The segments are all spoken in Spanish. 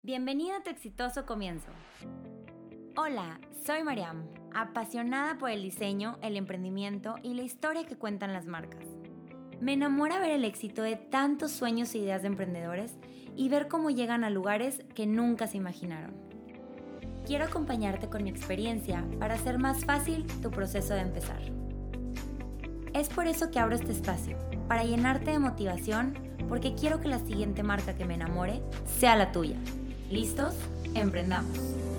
Bienvenido a tu exitoso comienzo. Hola, soy Mariam, apasionada por el diseño, el emprendimiento y la historia que cuentan las marcas. Me enamora ver el éxito de tantos sueños e ideas de emprendedores y ver cómo llegan a lugares que nunca se imaginaron. Quiero acompañarte con mi experiencia para hacer más fácil tu proceso de empezar. Es por eso que abro este espacio, para llenarte de motivación, porque quiero que la siguiente marca que me enamore sea la tuya. ¿Listos? ¡Emprendamos!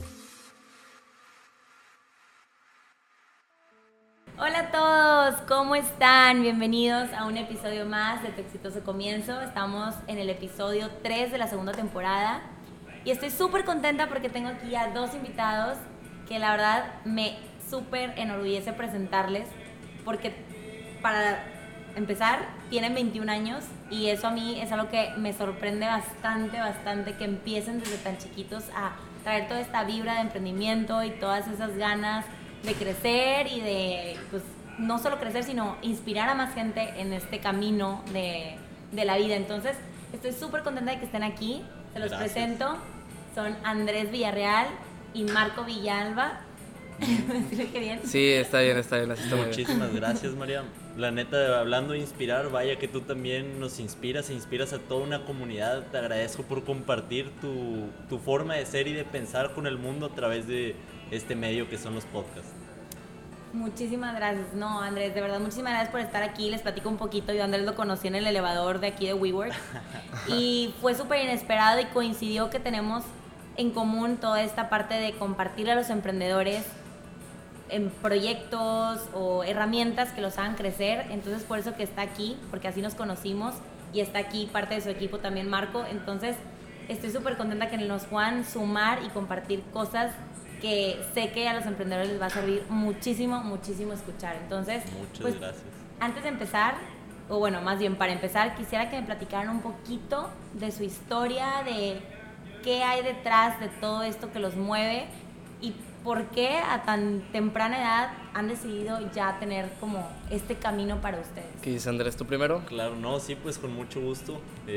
Hola a todos, ¿cómo están? Bienvenidos a un episodio más de Tu Exitoso Comienzo. Estamos en el episodio 3 de la segunda temporada y estoy súper contenta porque tengo aquí a dos invitados que la verdad me súper enorgullece presentarles, porque para empezar tienen 21 años y eso a mí es algo que me sorprende bastante, que empiecen desde tan chiquitos a traer toda esta vibra de emprendimiento y todas esas ganas de crecer y de, pues, no solo crecer, sino inspirar a más gente en este camino de la vida. Entonces, estoy súper contenta de que estén aquí. Se los presento. Son Andrés Villarreal y Marco Villalba. ¿Sí lo dije bien? Sí, está bien, así está muy bien. Muchísimas gracias, Mariam. La neta, hablando de inspirar, vaya que tú también nos inspiras a toda una comunidad. Te agradezco por compartir tu forma de ser y de pensar con el mundo a través de este medio que son los podcasts. Muchísimas gracias. No, Andrés, de verdad, muchísimas gracias por estar aquí. Les platico un poquito. Yo a Andrés lo conocí en el elevador de aquí de WeWork y fue súper inesperado y coincidió que tenemos en común toda esta parte de compartir a los emprendedores en proyectos o herramientas que los hagan crecer. Entonces, por eso que está aquí, porque así nos conocimos, y está aquí parte de su equipo también, Marco. Entonces, estoy súper contenta que nos puedan sumar y compartir cosas que sé que a los emprendedores les va a servir muchísimo escuchar. Entonces, muchas gracias. Antes de empezar, o bueno, más bien para empezar, quisiera que me platicaran un poquito de su historia, de qué hay detrás de todo esto que los mueve y por qué a tan temprana edad han decidido ya tener como este camino para ustedes. ¿Qué dices, Andrés, tú primero? Claro, no, sí, pues con mucho gusto.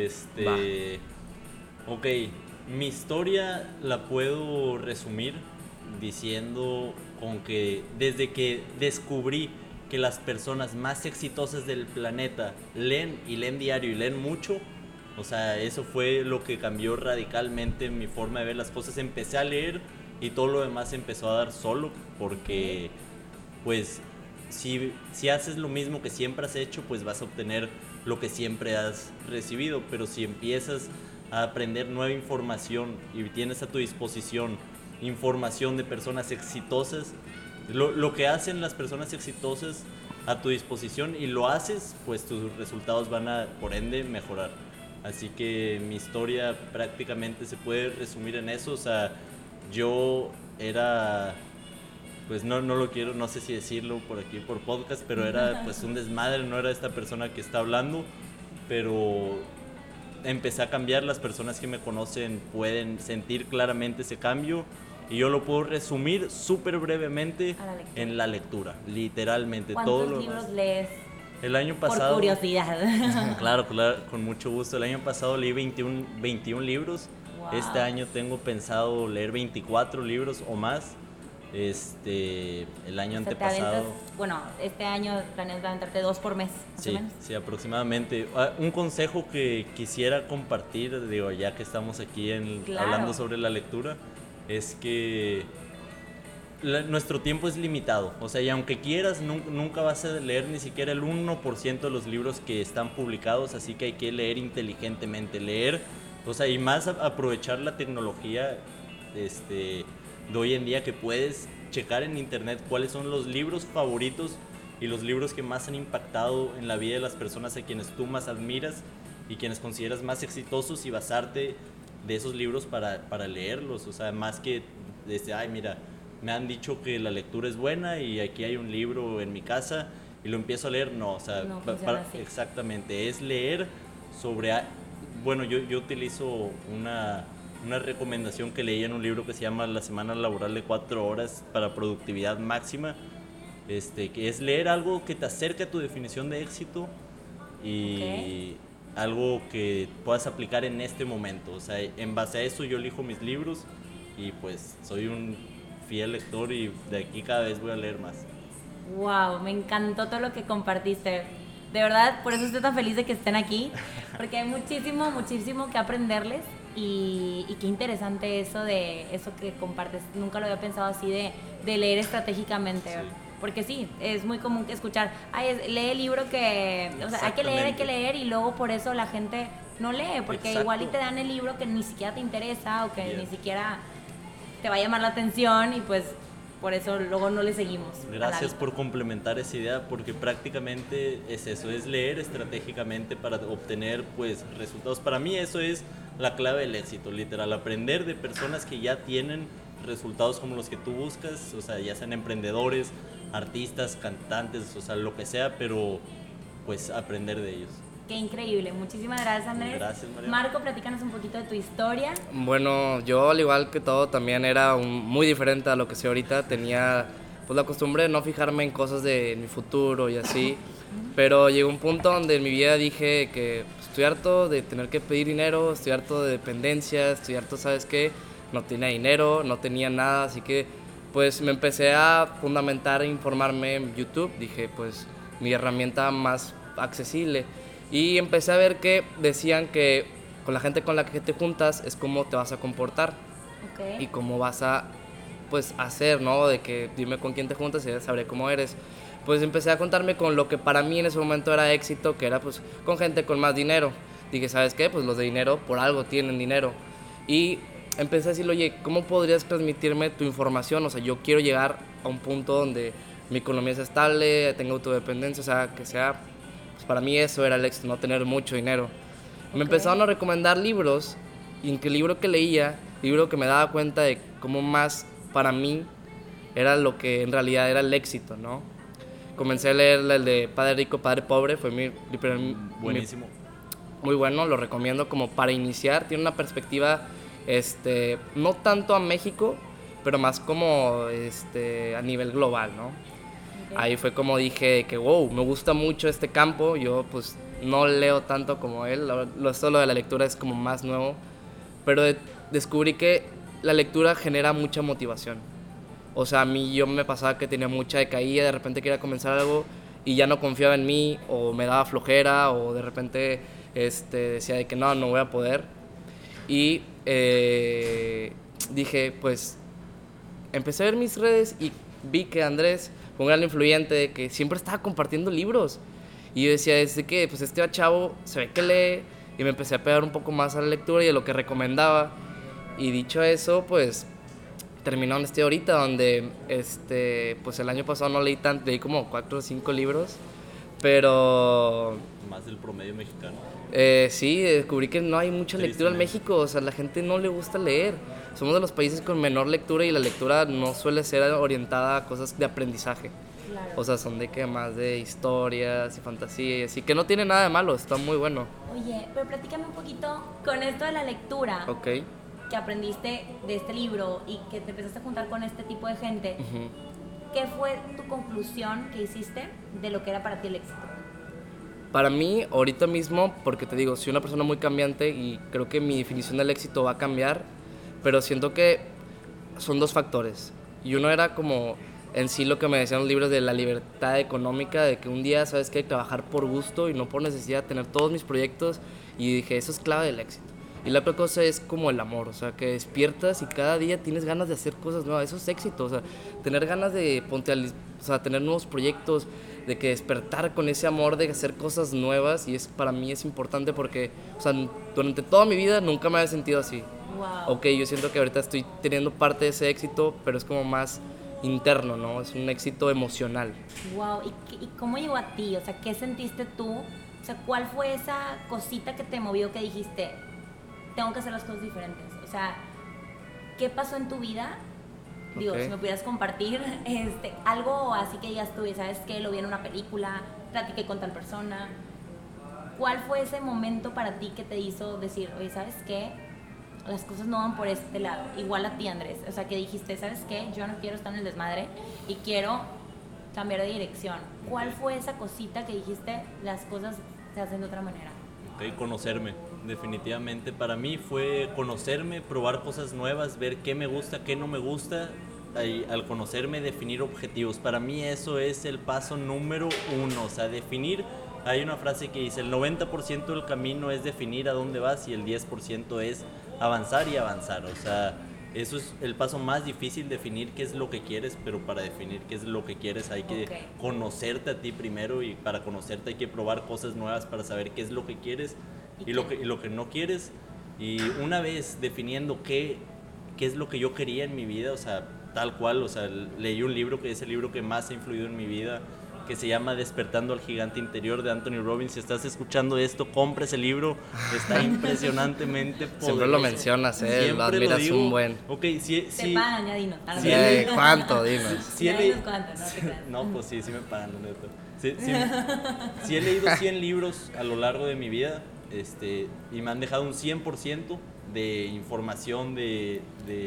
Ok, mi historia la puedo resumir diciendo con que desde que descubrí que las personas más exitosas del planeta leen diario y leen mucho, o sea, eso fue lo que cambió radicalmente mi forma de ver las cosas. Empecé a leer y todo lo demás empezó a dar solo, porque pues si haces lo mismo que siempre has hecho, pues vas a obtener lo que siempre has recibido. Pero si empiezas a aprender nueva información y tienes a tu disposición información de personas exitosas, lo que hacen las personas exitosas a tu disposición y lo haces, pues tus resultados van a, por ende, mejorar. Así que mi historia prácticamente se puede resumir en eso. O sea, yo era, pues no lo quiero, no sé si decirlo por aquí por podcast, pero era pues un desmadre, no era esta persona que está hablando, pero empecé a cambiar. Las personas que me conocen pueden sentir claramente ese cambio y yo lo puedo resumir súper brevemente en la lectura, literalmente. ¿Cuántos libros lees? El año pasado, por curiosidad. Claro, con mucho gusto. El año pasado leí 21 libros. Wow. Este año tengo pensado leer 24 libros o más. El año antepasado... este año planeas aventarte 2 por mes, más o menos. Sí, aproximadamente. Un consejo que quisiera compartir, digo, ya que estamos aquí hablando sobre la lectura, es que nuestro tiempo es limitado. O sea, y aunque quieras, nunca vas a leer ni siquiera el 1% de los libros que están publicados, así que hay que leer inteligentemente, o sea, y más aprovechar la tecnología de hoy en día, que puedes checar en internet cuáles son los libros favoritos y los libros que más han impactado en la vida de las personas a quienes tú más admiras y quienes consideras más exitosos, y basarte de esos libros para leerlos. O sea, más que ay, mira, me han dicho que la lectura es buena y aquí hay un libro en mi casa y lo empiezo a leer. No, o sea, exactamente, es leer sobre... Bueno, yo utilizo una recomendación que leí en un libro que se llama La semana laboral de 4 horas para productividad máxima, que es leer algo que te acerque a tu definición de éxito y algo que puedas aplicar en este momento. O sea, en base a eso yo elijo mis libros y pues soy un fiel lector y de aquí cada vez voy a leer más. Wow, me encantó todo lo que compartiste. De verdad, por eso estoy tan feliz de que estén aquí, porque hay muchísimo, muchísimo que aprenderles y qué interesante eso de eso que compartes. Nunca lo había pensado así de leer estratégicamente, Sí. porque sí, es muy común escuchar, lee el libro que, o sea, hay que leer y luego por eso la gente no lee, porque Exacto. igual y te dan el libro que ni siquiera te interesa o que Yeah. ni siquiera te va a llamar la atención y pues por eso luego no le seguimos. Gracias por complementar esa idea, porque prácticamente es eso, es leer estratégicamente para obtener pues resultados. Para mí eso es la clave del éxito, literal, aprender de personas que ya tienen resultados como los que tú buscas, o sea, ya sean emprendedores, artistas, cantantes, o sea, lo que sea, pero pues aprender de ellos. Qué increíble. Muchísimas gracias, Andrés. Gracias, María. Marco, platícanos un poquito de tu historia. Bueno, yo al igual que todo también era muy diferente a lo que soy ahorita. Tenía pues la costumbre de no fijarme en cosas de mi futuro y así. Pero llegó un punto donde en mi vida dije que pues, estoy harto de tener que pedir dinero, estoy harto de dependencia, estoy harto, ¿sabes qué? No tenía dinero, no tenía nada, así que pues me empecé a fundamentar e informarme en YouTube. Dije, pues mi herramienta más accesible. Y empecé a ver que decían que con la gente con la que te juntas es cómo te vas a comportar Ok. y cómo vas a pues hacer, ¿no? De que dime con quién te juntas y ya sabré cómo eres. Pues empecé a contarme con lo que para mí en ese momento era éxito, que era pues con gente con más dinero. Dije, ¿sabes qué? Pues los de dinero por algo tienen dinero. Y empecé a decirle, oye, ¿cómo podrías transmitirme tu información? O sea, yo quiero llegar a un punto donde mi economía sea estable, tenga autodependencia, o sea, que sea, pues para mí eso era el éxito, no tener mucho dinero. Me Ok. empezaron a recomendar libros, y en que el libro que leía, libro que me daba cuenta de cómo más para mí era lo que en realidad era el éxito, ¿no? Comencé a leer el de Padre Rico, Padre Pobre, fue mi Buenísimo. muy bueno, lo recomiendo como para iniciar. Tiene una perspectiva, no tanto a México, pero más como a nivel global, ¿no? Ok. Ahí fue como dije que, wow, me gusta mucho este campo. Yo pues no leo tanto como él, esto lo de la lectura es como más nuevo, pero descubrí que la lectura genera mucha motivación. O sea, a mí yo me pasaba que tenía mucha decaída, de repente quería comenzar algo y ya no confiaba en mí, o me daba flojera, o de repente decía de que no voy a poder. Y dije, pues, empecé a ver mis redes y vi que Andrés fue un gran influyente, que siempre estaba compartiendo libros. Y yo decía, que pues chavo se ve que lee, y me empecé a pegar un poco más a la lectura y a lo que recomendaba. Y dicho eso, pues terminó donde estoy ahorita, donde pues el año pasado no leí tanto, leí como 4 o 5 libros, pero Más del promedio mexicano. sí, descubrí que no hay mucha lectura en Tristemente. México, o sea, la gente no le gusta leer. Somos de los países con menor lectura y la lectura no suele ser orientada a cosas de aprendizaje. Claro. O sea, son de que más de historias y fantasía y así, que no tiene nada de malo, está muy bueno. Oye, pero platícame un poquito con esto de la lectura Ok. que aprendiste de este libro y que te empezaste a juntar con este tipo de gente. Ujú. ¿Qué fue tu conclusión que hiciste de lo que era para ti el éxito? Para mí, ahorita mismo, porque te digo, soy una persona muy cambiante y creo que mi definición del éxito va a cambiar, pero siento que son 2 factores. Y uno era como en sí lo que me decían los libros de la libertad económica, de que un día, ¿sabes qué? Trabajar por gusto y no por necesidad, tener todos mis proyectos, y dije, eso es clave del éxito. Y la otra cosa es como el amor, o sea, que despiertas y cada día tienes ganas de hacer cosas nuevas, eso es éxito, o sea, tener ganas de tener nuevos proyectos, de que despertar con ese amor de hacer cosas nuevas, y para mí es importante porque, o sea, durante toda mi vida nunca me había sentido así. Wow. Ok, yo siento que ahorita estoy teniendo parte de ese éxito, pero es como más interno, ¿no? Es un éxito emocional. Wow. ¿Y cómo llegó a ti? O sea, ¿qué sentiste tú? O sea, ¿cuál fue esa cosita que te movió que dijiste, tengo que hacer las cosas diferentes? O sea, ¿qué pasó en tu vida? Digo, Ok. si me pudieras compartir algo así que digas tú, ¿sabes qué? Lo vi en una película, platiqué con tal persona. ¿Cuál fue ese momento para ti que te hizo decir, oye, ¿sabes qué? Las cosas no van por este lado. Igual a ti, Andrés. O sea, que dijiste, ¿sabes qué? Yo no quiero estar en el desmadre y quiero cambiar de dirección. ¿Cuál fue esa cosita que dijiste, las cosas se hacen de otra manera? Ok, conocerme, definitivamente. Para mí fue conocerme, probar cosas nuevas, ver qué me gusta, qué no me gusta. Al conocerme, definir objetivos. Para mí eso es el paso número uno. O sea, definir. Hay una frase que dice, el 90% del camino es definir a dónde vas y el 10% es avanzar y avanzar. O sea, eso es el paso más difícil, definir qué es lo que quieres, pero para definir qué es lo que quieres hay que conocerte a ti primero, y para conocerte hay que probar cosas nuevas para saber qué es lo que quieres y lo que no quieres. Y una vez definiendo qué es lo que yo quería en mi vida, o sea, tal cual, o sea, leí un libro que es el libro que más ha influido en mi vida, que se llama Despertando al Gigante Interior, de Anthony Robbins. Si estás escuchando esto, compra ese libro, está impresionantemente poderoso. Siempre lo mencionas, lo admiras lo un buen. Ok, si te pagan, ya dinos. ¿Cuánto? Dinos. ¿Cuánto? No, pues sí me pagan, la neta. Sí he leído 100 libros a lo largo de mi vida, y me han dejado un 100% de información, de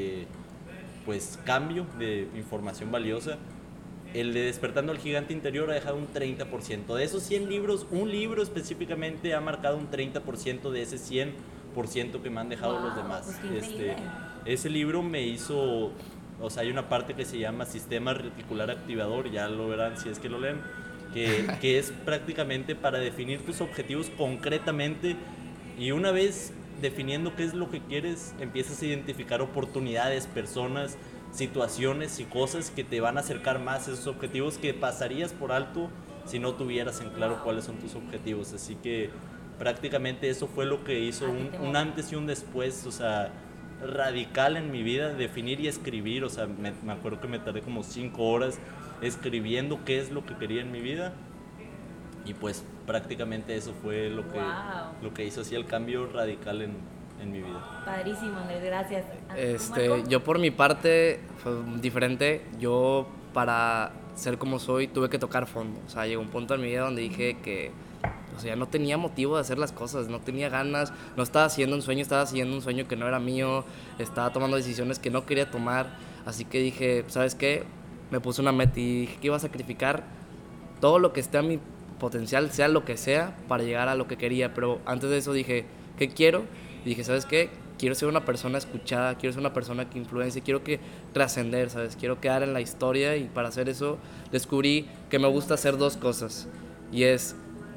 pues cambio, de información valiosa. El de Despertando al Gigante Interior ha dejado un 30%. De esos 100 libros, un libro específicamente ha marcado un 30% de ese 100% que me han dejado los demás. Pues ese libro me hizo, o sea, hay una parte que se llama Sistema Reticular Activador, ya lo verán si es que lo leen, que es prácticamente para definir tus objetivos concretamente, y una vez definiendo qué es lo que quieres, empiezas a identificar oportunidades, personas, situaciones y cosas que te van a acercar más a esos objetivos que pasarías por alto si no tuvieras en claro cuáles son tus objetivos. Así que prácticamente eso fue lo que hizo un antes y un después, o sea, radical en mi vida, definir y escribir. O sea, me acuerdo que me tardé como 5 horas escribiendo qué es lo que quería en mi vida, y pues prácticamente eso fue lo que hizo así el cambio radical en mi vida. Padrísimo, Andrés, gracias. Yo por mi parte fue diferente. Yo, para ser como soy, tuve que tocar fondo. O sea, llegó un punto en mi vida donde dije que, o sea, ya no tenía motivo de hacer las cosas, no tenía ganas, no estaba siguiendo un sueño, estaba siguiendo un sueño que no era mío, estaba tomando decisiones que no quería tomar. Así que dije, ¿sabes qué? Me puse una meta y dije que iba a sacrificar todo lo que esté a mi potencial, sea lo que sea, para llegar a lo que quería. Pero antes de eso dije, ¿qué quiero? Y dije, ¿sabes qué? Quiero ser una persona escuchada, quiero ser una persona que influencie, quiero trascender, ¿sabes? Quiero quedar en la historia, y para hacer eso descubrí que me gusta hacer 2 cosas. Y es,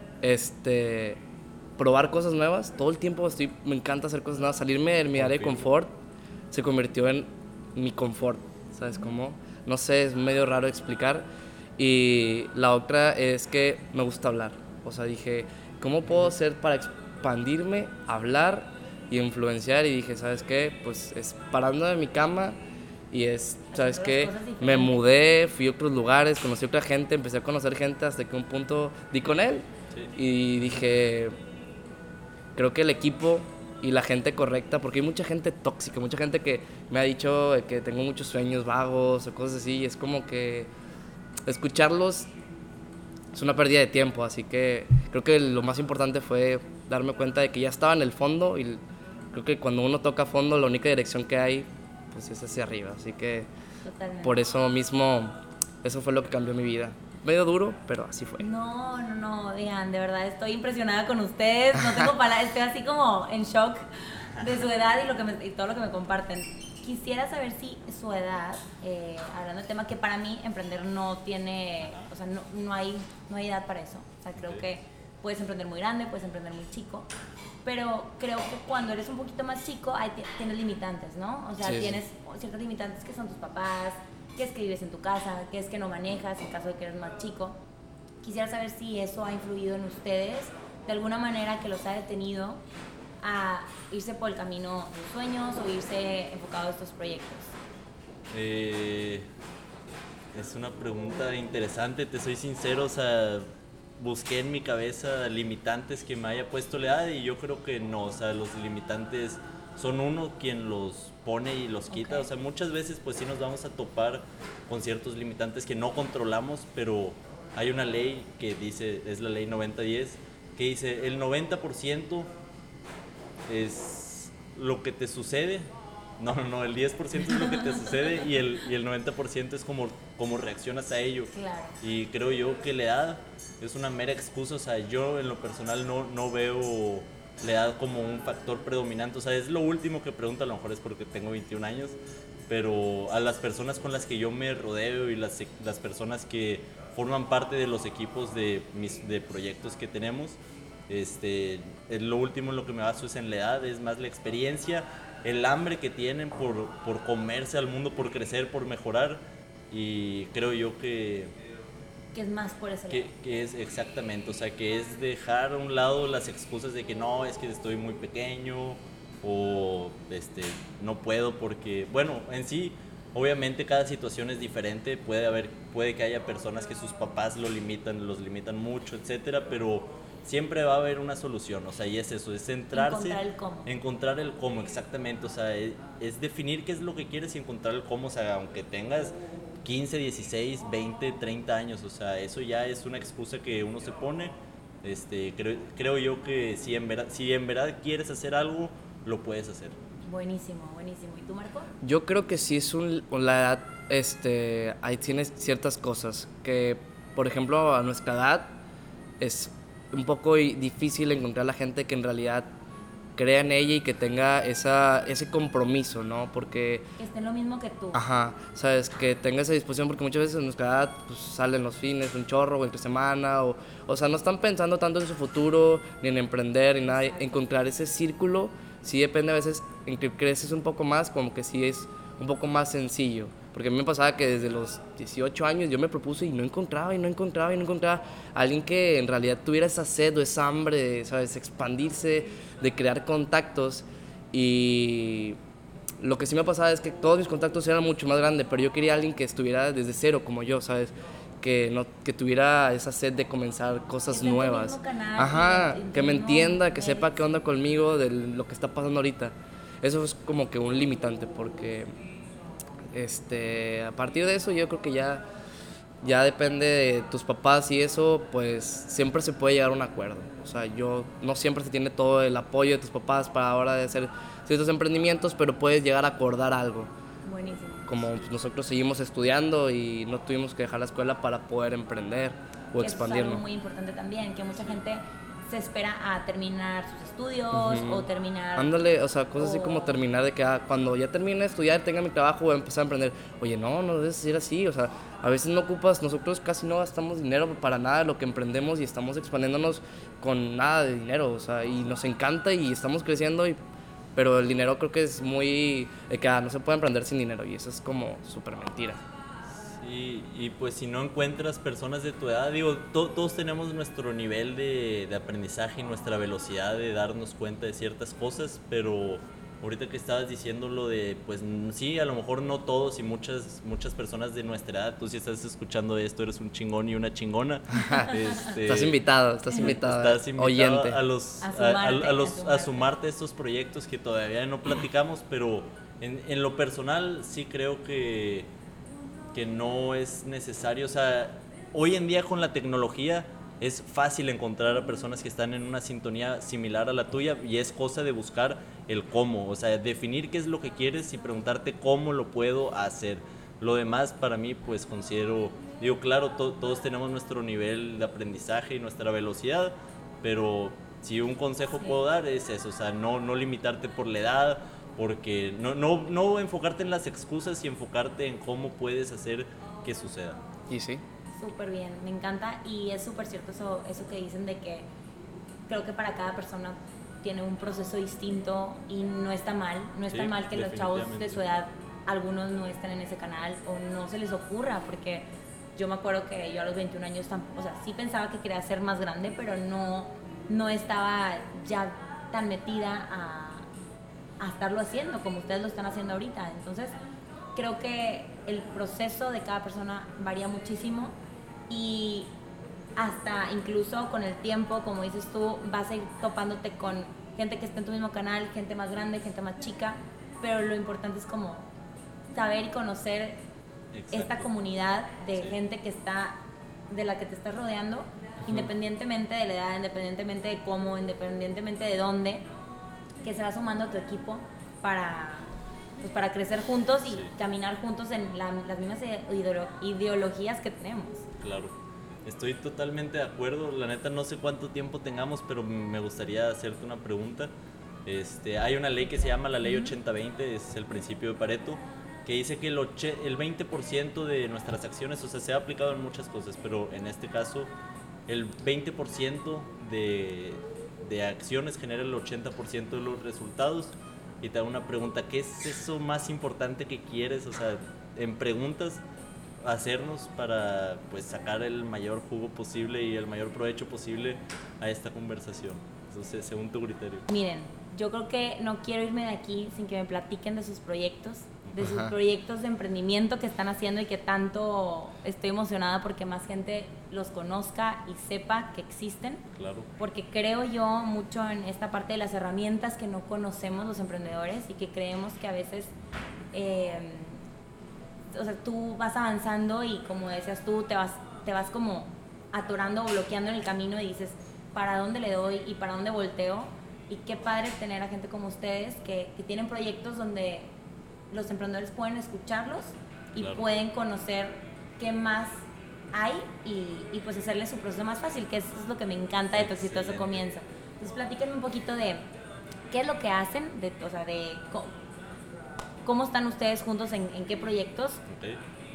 probar cosas nuevas. Todo el tiempo me encanta hacer cosas nuevas. Salirme de mi área de confort se convirtió en mi confort, ¿sabes cómo? No sé, es medio raro explicar. Y la otra es que me gusta hablar. O sea, dije, ¿cómo puedo hacer para expandirme, hablar y influenciar? Y dije, ¿sabes qué? Pues es parando de mi cama, y ¿sabes qué? Me mudé, fui a otros lugares, conocí a otra gente, empecé a conocer gente hasta que un punto di con él. Sí. Y dije, creo que el equipo y la gente correcta, porque hay mucha gente tóxica, mucha gente que me ha dicho que tengo muchos sueños vagos o cosas así, y es como que escucharlos es una pérdida de tiempo. Así que creo que lo más importante fue darme cuenta de que ya estaba en el fondo, y creo que cuando uno toca fondo la única dirección que hay pues es hacia arriba. Así que por eso mismo, eso fue lo que cambió mi vida. Medio duro, pero así fue. No, digan, de verdad estoy impresionada con ustedes, no tengo palabras, estoy así como en shock de su edad y todo lo que me comparten. Quisiera saber si su edad, hablando del tema, que para mí emprender no tiene, o sea, no hay edad para eso. O sea, creo que puedes emprender muy grande, puedes emprender muy chico, pero creo que cuando eres un poquito más chico tienes limitantes, ¿no? O sea, tienes ciertas limitantes que son tus papás, que es que vives en tu casa, que es que no manejas en caso de que eres más chico. Quisiera saber si eso ha influido en ustedes de alguna manera, que los ha detenido a irse por el camino de sus sueños o irse enfocado a estos proyectos. Es una pregunta interesante, te soy sincero. O sea, busqué en mi cabeza limitantes que me haya puesto la edad, y yo creo que no. O sea, los limitantes son uno quien los pone y los quita. O sea, muchas veces pues sí nos vamos a topar con ciertos limitantes que no controlamos, pero hay una ley que dice, es la ley 90-10, que dice el 90% es lo que te sucede. No, el 10% es lo que te sucede, y el 90% es como reaccionas a ello. Claro. Y creo yo que la edad es una mera excusa. O sea, yo en lo personal no veo la edad como un factor predominante. O sea, es lo último que pregunto, a lo mejor es porque tengo 21 años, pero a las personas con las que yo me rodeo y las personas que forman parte de los equipos de proyectos que tenemos, es lo último en lo que me baso es en la edad, es más la experiencia, el hambre que tienen por comerse al mundo, por crecer, por mejorar, y creo yo que es más por ese lado. Que es exactamente, o sea, que es dejar a un lado las excusas de que no, es que estoy muy pequeño o no puedo porque, bueno, en sí, obviamente cada situación es diferente, puede que haya personas que sus papás los limitan mucho, etcétera, pero siempre va a haber una solución, o sea, y es eso, es centrarse, encontrar el cómo, exactamente, o sea, es definir qué es lo que quieres y encontrar el cómo, o sea, aunque tengas 15, 16, 20, 30 años, o sea, eso ya es una excusa que uno se pone. Creo yo que si en verdad quieres hacer algo, lo puedes hacer. Buenísimo, buenísimo. ¿Y tú, Marco? Yo creo que sí es la edad, ahí tienes ciertas cosas que, por ejemplo, a nuestra edad es un poco difícil encontrar a la gente que en realidad crea en ella y que tenga ese compromiso, ¿no? Porque que esté en lo mismo que tú. Ajá, sabes, que tenga esa disposición, porque muchas veces en nuestra edad pues, salen los fines, un chorro o entre semana, o sea, no están pensando tanto en su futuro, ni en emprender, ni nada. Encontrar ese círculo sí depende a veces, en que creces un poco más, como que sí es un poco más sencillo. Porque a mí me pasaba que desde los 18 años yo me propuse y no encontraba a alguien que en realidad tuviera esa sed o esa hambre de, ¿sabes?, expandirse, de crear contactos. Y lo que sí me pasaba es que todos mis contactos eran mucho más grandes, pero yo quería a alguien que estuviera desde cero como yo, ¿sabes? Que tuviera esa sed de comenzar cosas nuevas. Ajá, que me entienda, que sepa qué onda conmigo de lo que está pasando ahorita. Eso es como que un limitante, porque a partir de eso yo creo que ya depende de tus papás y eso, pues siempre se puede llegar a un acuerdo. O sea, no siempre se tiene todo el apoyo de tus papás para ahora de hacer ciertos emprendimientos, pero puedes llegar a acordar algo. Buenísimo. Como nosotros seguimos estudiando y no tuvimos que dejar la escuela para poder emprender o expandirnos. Es algo muy importante también, que mucha gente se espera a terminar sus estudios o terminar... Ándale, o sea, cosas así como terminar de que cuando ya termine de estudiar, tenga mi trabajo, voy a empezar a emprender. Oye, no debes ser así, o sea, a veces no ocupas, nosotros casi no gastamos dinero para nada de lo que emprendemos y estamos expandiéndonos con nada de dinero, o sea, y nos encanta y estamos creciendo, pero el dinero creo que es muy... de que no se puede emprender sin dinero y eso es como súper mentira. Y pues si no encuentras personas de tu edad, digo, todos tenemos nuestro nivel de aprendizaje y nuestra velocidad de darnos cuenta de ciertas cosas, pero ahorita que estabas diciendo lo de, pues sí, a lo mejor no todos y muchas personas de nuestra edad, tú si estás escuchando esto, eres un chingón y una chingona. Estás invitado, oyente. A sumarte a estos proyectos que todavía no platicamos, pero en lo personal sí creo que no es necesario, o sea, hoy en día con la tecnología es fácil encontrar a personas que están en una sintonía similar a la tuya y es cosa de buscar el cómo, o sea, definir qué es lo que quieres y preguntarte cómo lo puedo hacer. Lo demás para mí pues considero, digo, claro, todos tenemos nuestro nivel de aprendizaje y nuestra velocidad, pero si un consejo puedo dar es eso, o sea, no limitarte por la edad, porque no enfocarte en las excusas y enfocarte en cómo puedes hacer que suceda. Y sí. Súper bien, me encanta y es súper cierto eso que dicen de que creo que para cada persona tiene un proceso distinto y no está mal que los chavos de su edad, algunos no estén en ese canal o no se les ocurra, porque yo me acuerdo que yo a los 21 años, o sea, sí pensaba que quería ser más grande, pero no estaba ya tan metida a estarlo haciendo como ustedes lo están haciendo ahorita. Entonces creo que el proceso de cada persona varía muchísimo y hasta incluso con el tiempo, como dices tú, vas a ir topándote con gente que está en tu mismo canal, gente más grande, gente más chica, pero lo importante es como saber y conocer esta comunidad de gente que está, de la que te estás rodeando, independientemente de la edad, independientemente de cómo, independientemente de dónde, que se va sumando a tu equipo para crecer juntos y caminar juntos en las mismas ideologías que tenemos. Claro. Estoy totalmente de acuerdo. La neta no sé cuánto tiempo tengamos, pero me gustaría hacerte una pregunta. Hay una ley que se llama la ley 80-20, es el principio de Pareto, que dice que el 20% de nuestras acciones, o sea, se ha aplicado en muchas cosas, pero en este caso el 20% de acciones genera el 80% de los resultados. Y te hago una pregunta, ¿qué es eso más importante que quieres, o sea, en preguntas, hacernos para pues sacar el mayor jugo posible y el mayor provecho posible a esta conversación? Entonces, según tu criterio. Miren, yo creo que no quiero irme de aquí sin que me platiquen de sus proyectos, de sus proyectos de emprendimiento que están haciendo y que tanto estoy emocionada porque más gente los conozca y sepa que existen. Claro. Porque creo yo mucho en esta parte de las herramientas que no conocemos los emprendedores y que creemos que a veces, o sea, tú vas avanzando y como decías tú, te vas como atorando o bloqueando en el camino y dices, ¿para dónde le doy y para dónde volteo? Y qué padre tener a gente como ustedes que tienen proyectos donde los emprendedores pueden escucharlos y claro, pueden conocer qué más hay y pues hacerles su proceso más fácil, que eso es lo que me encanta de Tu Exitoso Comienzo. Entonces platíquenme un poquito de qué es lo que hacen, o sea, de cómo están ustedes juntos en qué proyectos. Okay.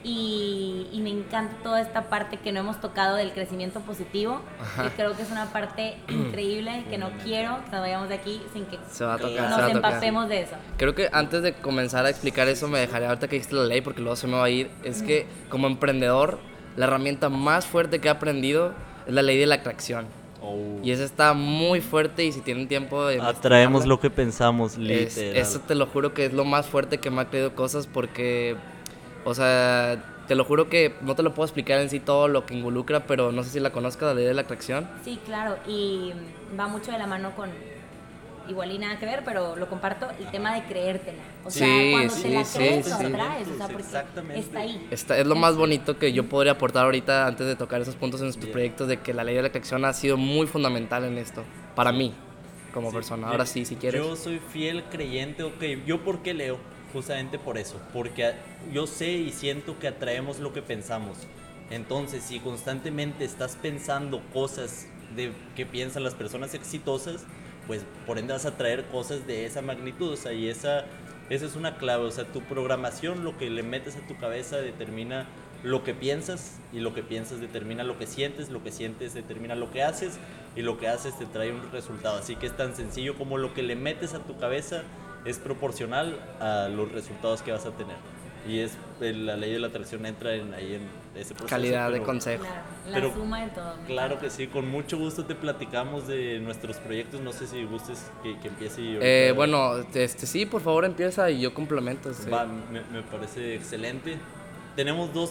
Y me encanta toda esta parte que no hemos tocado del crecimiento positivo, que creo que es una parte increíble que no quiero que nos vayamos de aquí sin que nos empapemos de eso. Creo que antes de comenzar a explicar eso me dejaría, ahorita que dijiste la ley, porque luego se me va a ir, es que como emprendedor la herramienta más fuerte que he aprendido es la ley de la atracción. Y esa está muy fuerte y si tienen tiempo de atraemos lo que pensamos, literal. Eso te lo juro que es lo más fuerte que me ha creído cosas porque, o sea, te lo juro que no te lo puedo explicar en sí todo lo que involucra, pero no sé si la conozcas, la ley de la atracción. Sí, claro, y va mucho de la mano con, igual y nada que ver, pero lo comparto, el tema de creértela. O sea, cuando te la crees, lo atraes, o sea, porque está ahí. Es lo más bonito que yo podría aportar ahorita antes de tocar esos puntos en nuestros proyectos, de que la ley de la atracción ha sido muy fundamental en esto, para mí, como persona. Ahora sí, si quieres. Yo soy fiel creyente, ¿yo por qué leo? Justamente por eso, porque yo sé y siento que atraemos lo que pensamos. Entonces, si constantemente estás pensando cosas que piensan las personas exitosas, pues por ende vas a traer cosas de esa magnitud, o sea, y esa es una clave, o sea, tu programación, lo que le metes a tu cabeza determina lo que piensas, y lo que piensas determina lo que sientes determina lo que haces, y lo que haces te trae un resultado, así que es tan sencillo como lo que le metes a tu cabeza es proporcional a los resultados que vas a tener. Y la ley de la atracción entra ahí en ese proceso. Calidad de consejo. Claro, la suma de todo. Claro que sí, con mucho gusto te platicamos de nuestros proyectos. No sé si gustes que empiece yo. Bueno, sí, por favor empieza y yo complemento. Sí. Me parece excelente. Tenemos dos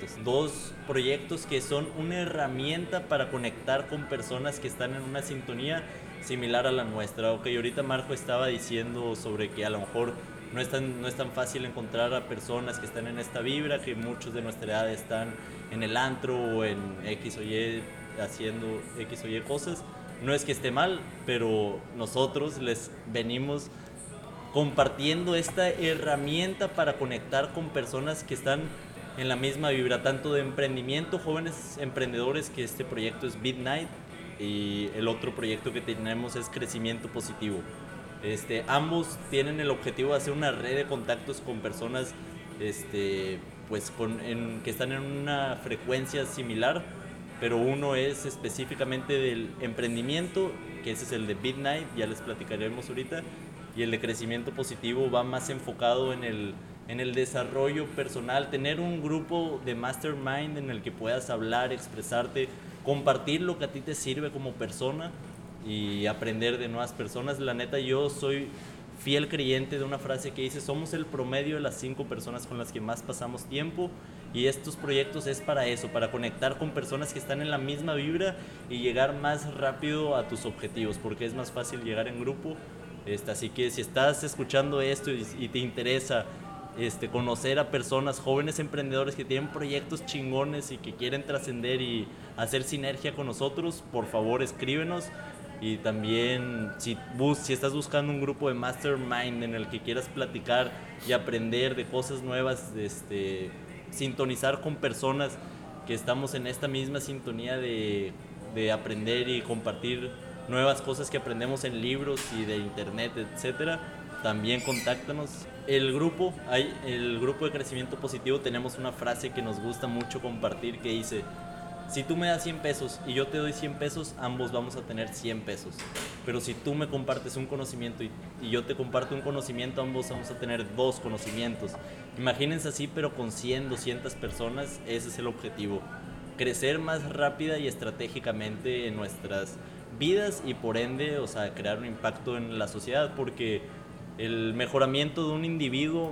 proyectos que son una herramienta para conectar con personas que están en una sintonía similar a la nuestra. Ok, ahorita Marco estaba diciendo sobre que a lo mejor no es tan fácil encontrar a personas que están en esta vibra, que muchos de nuestra edad están en el antro o en X o Y, haciendo X o Y cosas. No es que esté mal, pero nosotros les venimos compartiendo esta herramienta para conectar con personas que están en la misma vibra, tanto de emprendimiento, jóvenes emprendedores, que este proyecto es Midnight, y el otro proyecto que tenemos es Crecimiento Positivo. Ambos tienen el objetivo de hacer una red de contactos con personas pues que están en una frecuencia similar, pero uno es específicamente del emprendimiento, que ese es el de Midnight, ya les platicaremos ahorita, y el de Crecimiento Positivo va más enfocado en el desarrollo personal, tener un grupo de mastermind en el que puedas hablar, expresarte, compartir lo que a ti te sirve como persona y aprender de nuevas personas. La neta, yo soy fiel creyente de una frase que dice: somos el promedio de las 5 personas con las que más pasamos tiempo, y estos proyectos es para eso, para conectar con personas que están en la misma vibra y llegar más rápido a tus objetivos, porque es más fácil llegar en grupo. Así que si estás escuchando esto y te interesa conocer a personas, jóvenes emprendedores que tienen proyectos chingones y que quieren trascender y hacer sinergia con nosotros, por favor escríbenos. Y también si estás buscando un grupo de mastermind en el que quieras platicar y aprender de cosas nuevas, sintonizar con personas que estamos en esta misma sintonía de aprender y compartir nuevas cosas que aprendemos en libros y de internet, etcétera, también contáctanos. El grupo de crecimiento positivo, tenemos una frase que nos gusta mucho compartir que dice: si tú me das 100 pesos y yo te doy 100 pesos, ambos vamos a tener 100 pesos. Pero si tú me compartes un conocimiento y yo te comparto un conocimiento, ambos vamos a tener 2 conocimientos. Imagínense así, pero con 100, 200 personas, ese es el objetivo. Crecer más rápida y estratégicamente en nuestras vidas y por ende, o sea, crear un impacto en la sociedad, porque el mejoramiento de un individuo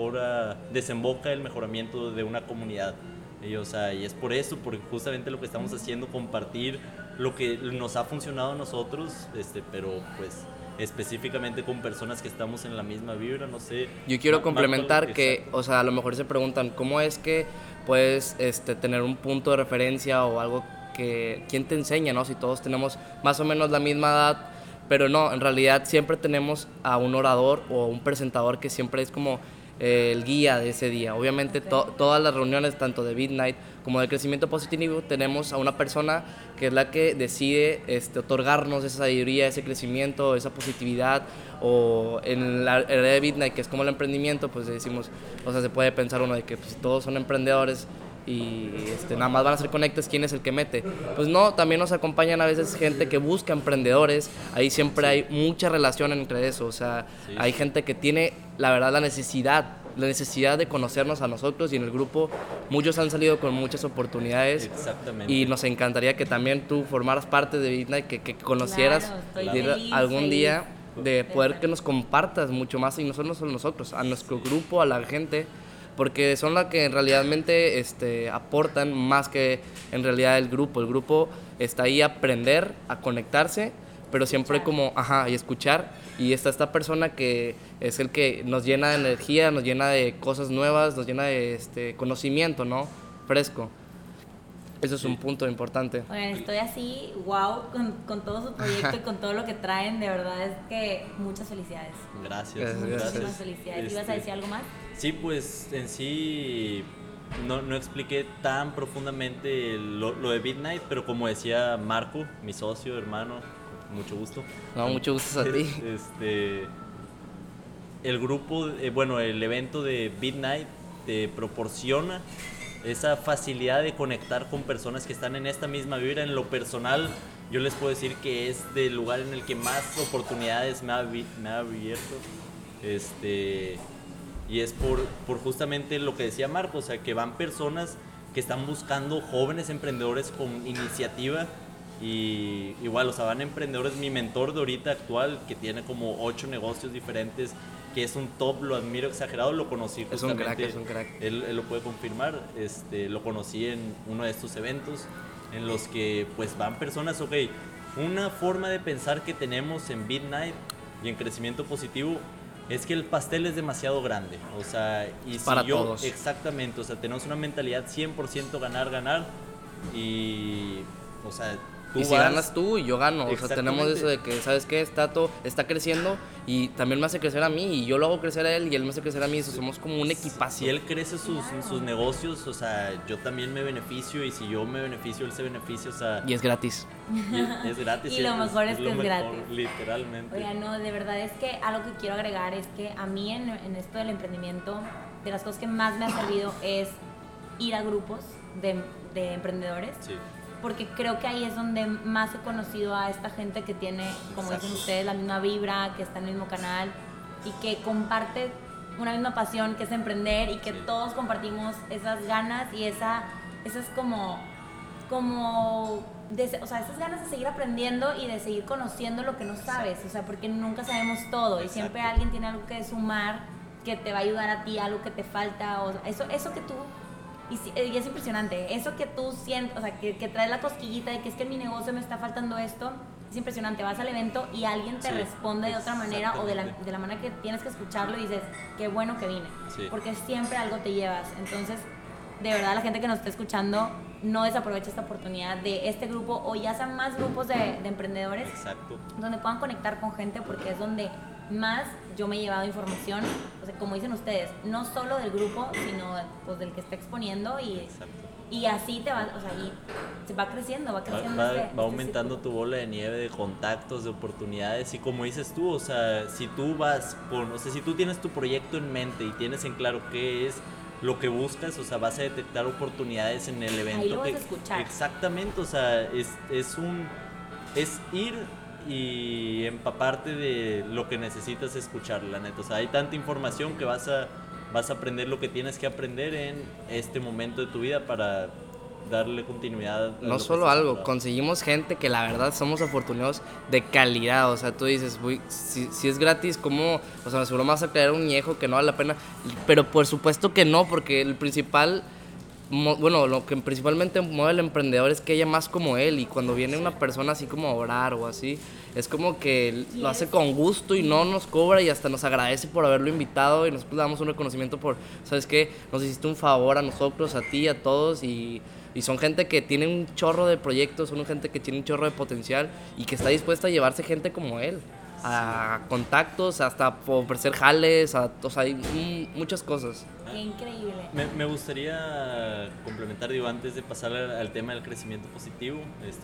desemboca el mejoramiento de una comunidad. Y es por eso, porque justamente lo que estamos haciendo, compartir lo que nos ha funcionado a nosotros, pero pues específicamente con personas que estamos en la misma vibra, no sé. Yo quiero complementar que, o sea, a lo mejor se preguntan, ¿cómo es que puedes tener un punto de referencia o algo que, quién te enseña, ¿no? Si todos tenemos más o menos la misma edad, pero no, en realidad siempre tenemos a un orador o un presentador que siempre es como el guía de ese día. Obviamente todas las reuniones, tanto de Midnight como de crecimiento positivo, tenemos a una persona que es la que decide otorgarnos esa sabiduría, ese crecimiento, esa positividad. O en la área de Midnight, que es como el emprendimiento, pues decimos, o sea, se puede pensar uno de que pues, todos son emprendedores y nada más van a ser conectes, ¿quién es el que mete? Pues no, también nos acompañan a veces gente que busca emprendedores, ahí siempre hay mucha relación entre eso, o sea, hay gente que tiene, la verdad, la necesidad de conocernos a nosotros, y en el grupo muchos han salido con muchas oportunidades. Exactamente. Y nos encantaría que también tú formaras parte de Midnight, que conocieras algún día de poder que nos compartas mucho más, y no solo nosotros, a nuestro grupo, a la gente, porque son las que realmente aportan más que en realidad el grupo. El grupo está ahí a aprender, a conectarse, pero siempre como, y escuchar. Y está esta persona que es el que nos llena de energía, nos llena de cosas nuevas, nos llena de conocimiento, ¿no? Fresco. Eso es un punto importante. Oigan, estoy así, wow, con todo su proyecto y con todo lo que traen. De verdad es que muchas felicidades. Gracias. Muchísimas felicidades. ¿Ibas a decir algo más? Sí, pues en sí no expliqué tan profundamente lo de Midnight, pero como decía Marco, mi socio, hermano, mucho gusto. No, mucho gusto a ti. El grupo, el evento de Midnight te proporciona esa facilidad de conectar con personas que están en esta misma vibra. En lo personal, yo les puedo decir que es del lugar en el que más oportunidades me ha abierto. Y es por justamente lo que decía Marco, o sea, que van personas que están buscando jóvenes emprendedores con iniciativa. Y igual, o sea, van emprendedores. Mi mentor de ahorita actual, que tiene como 8 negocios diferentes, que es un top, lo admiro exagerado, lo conocí justamente. Es un crack. Él lo puede confirmar. Lo conocí en uno de estos eventos en los que pues van personas, una forma de pensar que tenemos en Midnight y en crecimiento positivo es que el pastel es demasiado grande, o sea, y para todos. Exactamente, o sea, tenemos una mentalidad 100% ganar, y, o sea, y si ganas tú y yo gano, o sea, tenemos eso de que, ¿sabes qué? Tato está creciendo y también me hace crecer a mí, y yo lo hago crecer a él y él me hace crecer a mí, eso, somos como un equipazo. Si él crece sus negocios, o sea, yo también me beneficio, y si yo me beneficio, él se beneficia, o sea... Y es gratis. Y es gratis. Y lo mejor es que es gratis. Literalmente. Oiga, no, de verdad es que algo que quiero agregar es que a mí en esto del emprendimiento, de las cosas que más me ha servido es ir a grupos de emprendedores. Sí. Porque creo que ahí es donde más he conocido a esta gente que tiene, como dicen ustedes, la misma vibra, que está en el mismo canal y que comparte una misma pasión, que es emprender, y que todos compartimos esas ganas y esas esas ganas de seguir aprendiendo y de seguir conociendo lo que no sabes, o sea, porque nunca sabemos todo. Y siempre alguien tiene algo que sumar, que te va a ayudar a ti, algo que te falta, o eso que tú... Y es impresionante, eso que tú sientes, o sea, que traes la cosquillita de que es que en mi negocio me está faltando esto, es impresionante. Vas al evento y alguien te responde de otra manera, o de la manera que tienes que escucharlo, y dices, qué bueno que vine, porque siempre algo te llevas. Entonces, de verdad, la gente que nos está escuchando, no desaproveche esta oportunidad de este grupo, o ya sean más grupos de emprendedores. Exacto. Donde puedan conectar con gente, porque es donde más yo me he llevado información, o sea, como dicen ustedes, no solo del grupo, sino pues del que está exponiendo, y Y así te va, o sea, y se va creciendo, va creciendo. Va aumentando tu bola de nieve de contactos, de oportunidades. Y como dices tú, o sea, si tú si tú tienes tu proyecto en mente y tienes en claro qué es lo que buscas, o sea, vas a detectar oportunidades en el evento. Ahí lo vas a escuchar. Exactamente, o sea, es ir y empaparte de lo que necesitas escuchar, la neta. O sea, hay tanta información que vas a aprender lo que tienes que aprender en este momento de tu vida para darle continuidad a lo No que solo estás algo, hablando. conseguimos gente que la verdad somos afortunados de calidad. O sea, tú dices, si es gratis, ¿cómo? O sea, seguro me vas a crear un viejo que no vale la pena. Pero por supuesto que no, porque el principal, bueno, lo que principalmente mueve al emprendedor es que ella más como él. Y cuando viene una persona así como a orar o así, es como que lo hace con gusto y no nos cobra y hasta nos agradece por haberlo invitado y nosotros le damos un reconocimiento por, ¿sabes qué? Nos hiciste un favor a nosotros, a ti, a todos y son gente que tiene un chorro de proyectos, son gente que tiene un chorro de potencial y que está dispuesta a llevarse gente como él, a contactos, hasta ofrecer jales, o sea, hay muchas cosas. Qué increíble. Me gustaría complementar, digo, antes de pasar al tema del crecimiento positivo,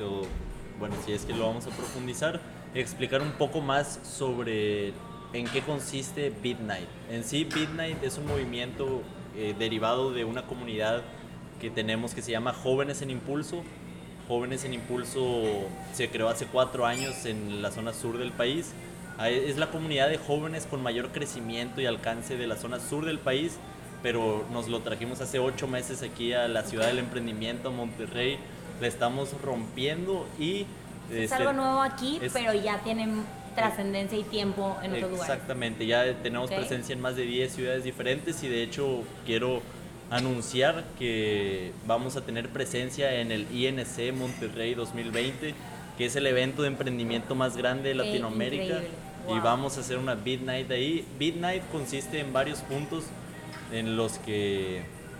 bueno, si es que lo vamos a profundizar, explicar un poco más sobre en qué consiste Beat Night. En sí, Beat Night es un movimiento derivado de una comunidad que tenemos que se llama Jóvenes en Impulso. Jóvenes en Impulso se creó hace 4 años en la zona sur del país. Es la comunidad de jóvenes con mayor crecimiento y alcance de la zona sur del país, pero nos lo trajimos hace 8 meses aquí a la ciudad del emprendimiento, a Monterrey. La estamos rompiendo y... Es algo nuevo aquí, pero ya tienen trascendencia y tiempo en otros lugares. Exactamente, ya tenemos presencia en más de 10 ciudades diferentes y de hecho quiero anunciar que vamos a tener presencia en el INC Monterrey 2020, que es el evento de emprendimiento más grande de Latinoamérica. Wow. Y vamos a hacer una Beat Night ahí. Beat Night consiste en varios puntos en los que,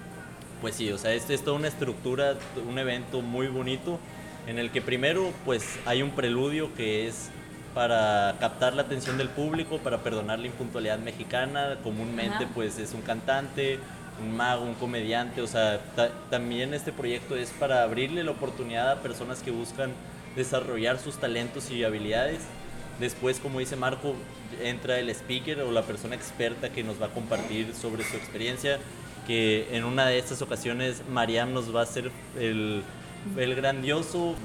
pues sí, o sea, esto es toda una estructura, un evento muy bonito, en el que primero pues hay un preludio que es para captar la atención del público, para perdonar la impuntualidad mexicana. Comúnmente pues es un cantante, un mago, un comediante, o sea, también este proyecto es para abrirle la oportunidad a personas que buscan desarrollar sus talentos y habilidades. Después, como dice Marco, entra el speaker o la persona experta que nos va a compartir sobre su experiencia, que en una de estas ocasiones Mariam nos va a hacer el grandioso,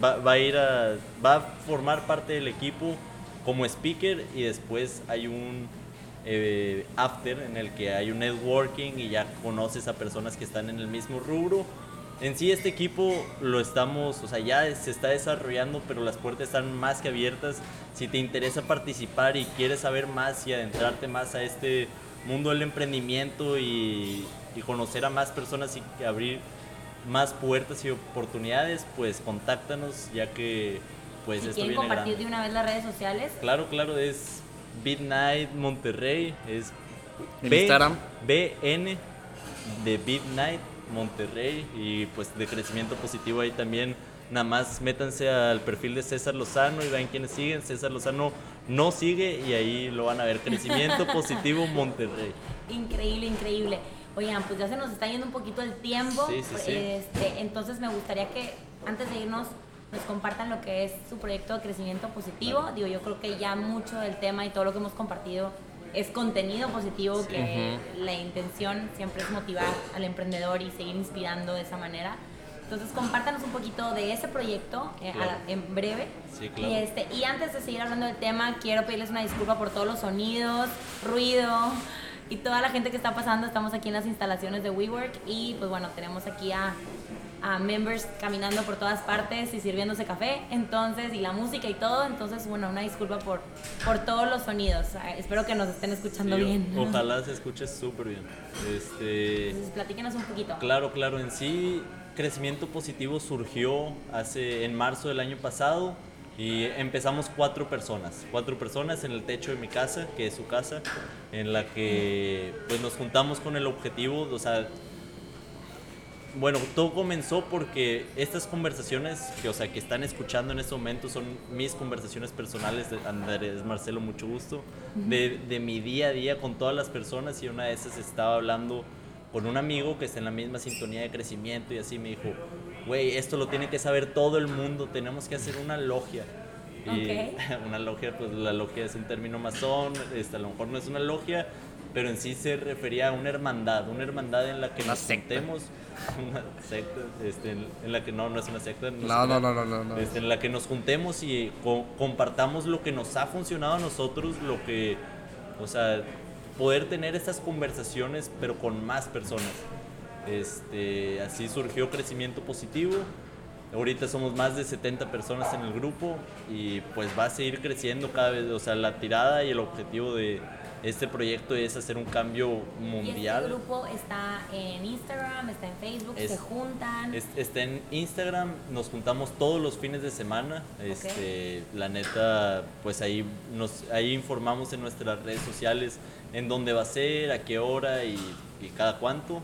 va a formar parte del equipo como speaker y después hay un after en el que hay un networking y ya conoces a personas que están en el mismo rubro. En sí este equipo lo estamos, o sea, ya se está desarrollando, pero las puertas están más que abiertas. Si te interesa participar y quieres saber más y adentrarte más a este mundo del emprendimiento y conocer a más personas y abrir más puertas y oportunidades, pues contáctanos, ya que pues si esto quieren viene compartir grande. de una vez las redes sociales. Claro, es Beat Night Monterrey, es Instagram BN de Beat Night Monterrey y pues de crecimiento positivo ahí también. Nada más métanse al perfil de César Lozano y vean quiénes siguen. César Lozano no sigue y ahí lo van a ver. Crecimiento positivo Monterrey. Increíble, increíble. Oigan, pues ya se nos está yendo un poquito el tiempo. Sí. Entonces me gustaría que antes de irnos nos compartan lo que es su proyecto de crecimiento positivo. Vale. Digo, yo creo que ya mucho del tema y todo lo que hemos compartido es contenido positivo, que la intención siempre es motivar al emprendedor y seguir inspirando de esa manera. Entonces, compártanos un poquito de ese proyecto en breve. Sí, claro. Y antes de seguir hablando del tema, quiero pedirles una disculpa por todos los sonidos, ruido y toda la gente que está pasando. Estamos aquí en las instalaciones de WeWork y pues bueno, tenemos aquí a members caminando por todas partes y sirviéndose café, entonces, y la música y todo. Entonces, bueno, una disculpa por todos los sonidos. Espero que nos estén escuchando bien. Ojalá se escuche súper bien. Entonces, platíquenos un poquito. Claro, en sí Crecimiento Positivo surgió en marzo del año pasado y empezamos 4 personas en el techo de mi casa, que es su casa, en la que pues nos juntamos con el objetivo, o sea, bueno, todo comenzó porque estas conversaciones que están escuchando en este momento son mis conversaciones personales. Andrés Marcelo, mucho gusto, de mi día a día con todas las personas, y una de esas estaba hablando con un amigo que está en la misma sintonía de crecimiento y así me dijo, güey, esto lo tiene que saber todo el mundo, tenemos que hacer una logia. Y Ok. una logia, pues la logia es un término masón, a lo mejor no es una logia, pero en sí se refería a una hermandad en la que Una nos secta. juntemos, una secta, en la que no es una secta, No. en la que nos juntemos y compartamos lo que nos ha funcionado a nosotros, o sea, poder tener estas conversaciones, pero con más personas. Así surgió Crecimiento Positivo. Ahorita somos más de 70 personas en el grupo y pues va a seguir creciendo cada vez. O sea, la tirada y el objetivo de este proyecto es hacer un cambio mundial. ¿Y este grupo está en Instagram, está en Facebook, se juntan? Está en Instagram, nos juntamos todos los fines de semana. La neta, pues ahí informamos en nuestras redes sociales en dónde va a ser, a qué hora y cada cuánto.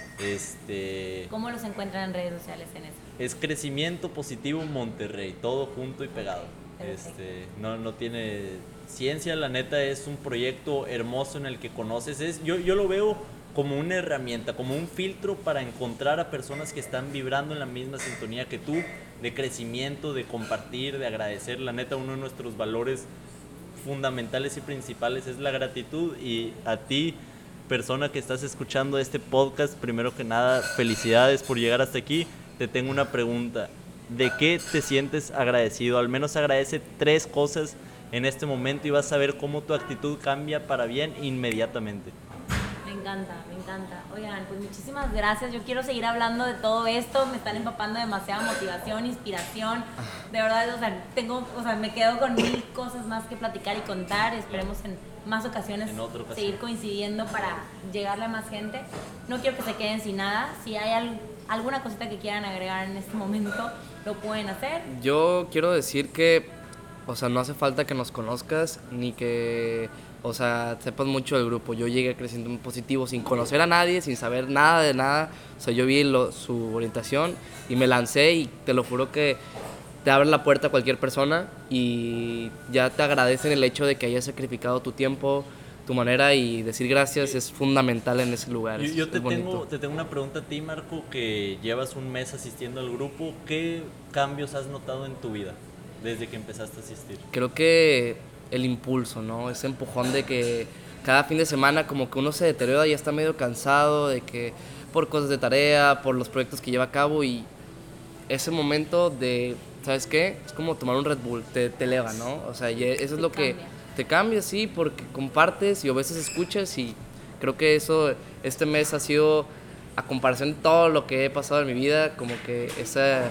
¿Cómo los encuentran en redes sociales en eso? Es Crecimiento Positivo Monterrey, todo junto y pegado. Perfecto. No tiene ciencia, la neta es un proyecto hermoso en el que conoces. Yo lo veo como una herramienta, como un filtro para encontrar a personas que están vibrando en la misma sintonía que tú, de crecimiento, de compartir, de agradecer. La neta, uno de nuestros valores fundamentales y principales es la gratitud, y a ti, persona que estás escuchando este podcast, primero que nada, felicidades por llegar hasta aquí. Te tengo una pregunta. ¿De qué te sientes agradecido? Al menos agradece 3 cosas en este momento y vas a ver cómo tu actitud cambia para bien inmediatamente. Me encanta. Oigan, pues muchísimas gracias. Yo quiero seguir hablando de todo esto. Me están empapando demasiada motivación, inspiración. De verdad, me quedo con 1000 cosas más que platicar y contar. Esperemos en más ocasiones En otra ocasión. seguir coincidiendo para llegarle a más gente. No quiero que se queden sin nada. Si hay alguna cosita que quieran agregar en este momento, lo pueden hacer. Yo quiero decir que, o sea, no hace falta que nos conozcas ni que, o sea, sepas mucho del grupo. Yo llegué a Crecimiento Positivo sin conocer a nadie, sin saber nada de nada. O sea, yo vi su orientación y me lancé, y te lo juro que te abren la puerta a cualquier persona y ya te agradecen el hecho de que hayas sacrificado tu tiempo, tu manera, y decir gracias es fundamental en ese lugar. Yo te es bonito. tengo una pregunta a ti, Marco, que llevas un mes asistiendo al grupo. ¿Qué cambios has notado en tu vida desde que empezaste a asistir? Creo que el impulso, ¿no? Ese empujón de que cada fin de semana como que uno se deteriora y ya está medio cansado de que por cosas de tarea, por los proyectos que lleva a cabo, y ese momento de, ¿sabes qué? Es como tomar un Red Bull, te eleva, ¿no? O sea, y eso es lo que te cambia, sí, porque compartes y a veces escuchas, y creo que eso este mes ha sido, a comparación de todo lo que he pasado en mi vida, como que esa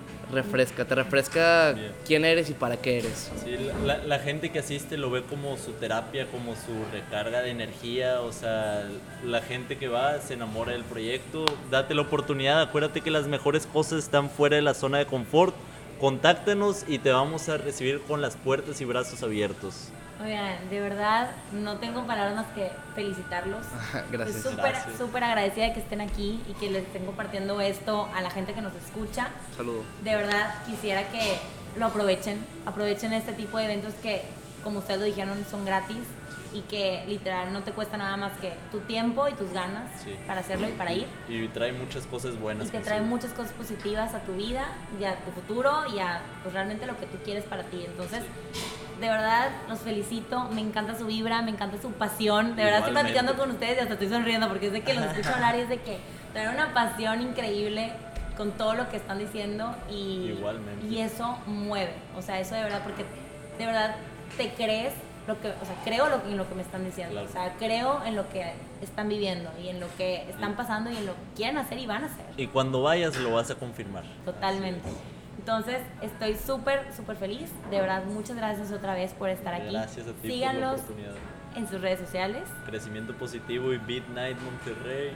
te refresca Bien. quién eres y para qué eres. Sí, la gente que asiste lo ve como su terapia, como su recarga de energía. O sea, la gente que va se enamora del proyecto. Date la oportunidad, acuérdate que las mejores cosas están fuera de la zona de confort. Contáctanos y te vamos a recibir con las puertas y brazos abiertos. Oigan, de verdad, no tengo palabras más que felicitarlos. Gracias. Estoy Gracias. súper agradecida de que estén aquí y que les estén compartiendo esto a la gente que nos escucha. Saludo. De verdad, quisiera que lo aprovechen este tipo de eventos que, como ustedes lo dijeron, son gratis y que literal no te cuesta nada más que tu tiempo y tus ganas Sí. para hacerlo y para ir. Y trae muchas cosas buenas. Y te consigo. trae muchas cosas positivas a tu vida y a tu futuro y a pues, realmente lo que tú quieres para ti. Entonces, de verdad, los felicito. Me encanta su vibra, me encanta su pasión. De verdad, estoy Igualmente. platicando con ustedes y hasta estoy sonriendo porque es de que los escucho hablar y es de que traen una pasión increíble con todo lo que están diciendo Igualmente. y eso mueve. O sea, eso de verdad, porque de verdad te crees lo que, o sea, creo en lo que me están diciendo. Claro. O sea, creo en lo que están viviendo y en lo que están pasando y en lo que quieren hacer y van a hacer. Y cuando vayas lo vas a confirmar. Totalmente. Entonces, estoy súper feliz. De verdad, muchas gracias otra vez por estar aquí. Gracias a ti Síganlos por la oportunidad. en sus redes sociales. Crecimiento Positivo y Beat Night Monterrey.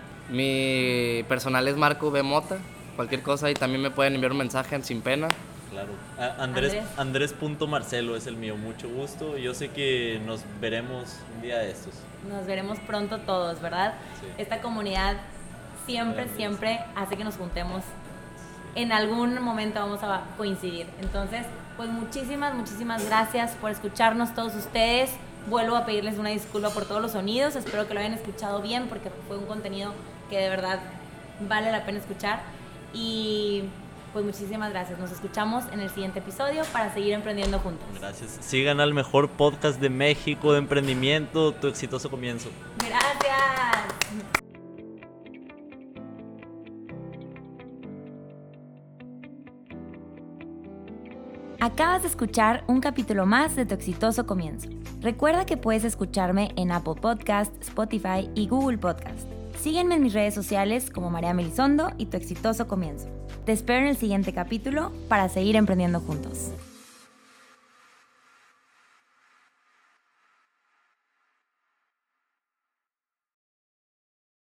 Mi personal es Marco B. Mota. Cualquier cosa, y también me pueden enviar un mensaje en Sin Pena. Claro. Andrés. Andrés.Marcelo es el mío. Mucho gusto. Yo sé que nos veremos un día de estos. Nos veremos pronto todos, ¿verdad? Sí. Esta comunidad siempre hace que nos juntemos. En algún momento vamos a coincidir. Entonces, pues muchísimas gracias por escucharnos todos ustedes. Vuelvo a pedirles una disculpa por todos los sonidos. Espero que lo hayan escuchado bien porque fue un contenido que de verdad vale la pena escuchar. Y pues muchísimas gracias. Nos escuchamos en el siguiente episodio para seguir emprendiendo juntos. Gracias. Sigan al mejor podcast de México de emprendimiento, Tu Exitoso Comienzo. Gracias. Acabas de escuchar un capítulo más de Tu Exitoso Comienzo. Recuerda que puedes escucharme en Apple Podcast, Spotify y Google Podcast. Sígueme en mis redes sociales como María Melisondo y Tu Exitoso Comienzo. Te espero en el siguiente capítulo para seguir emprendiendo juntos.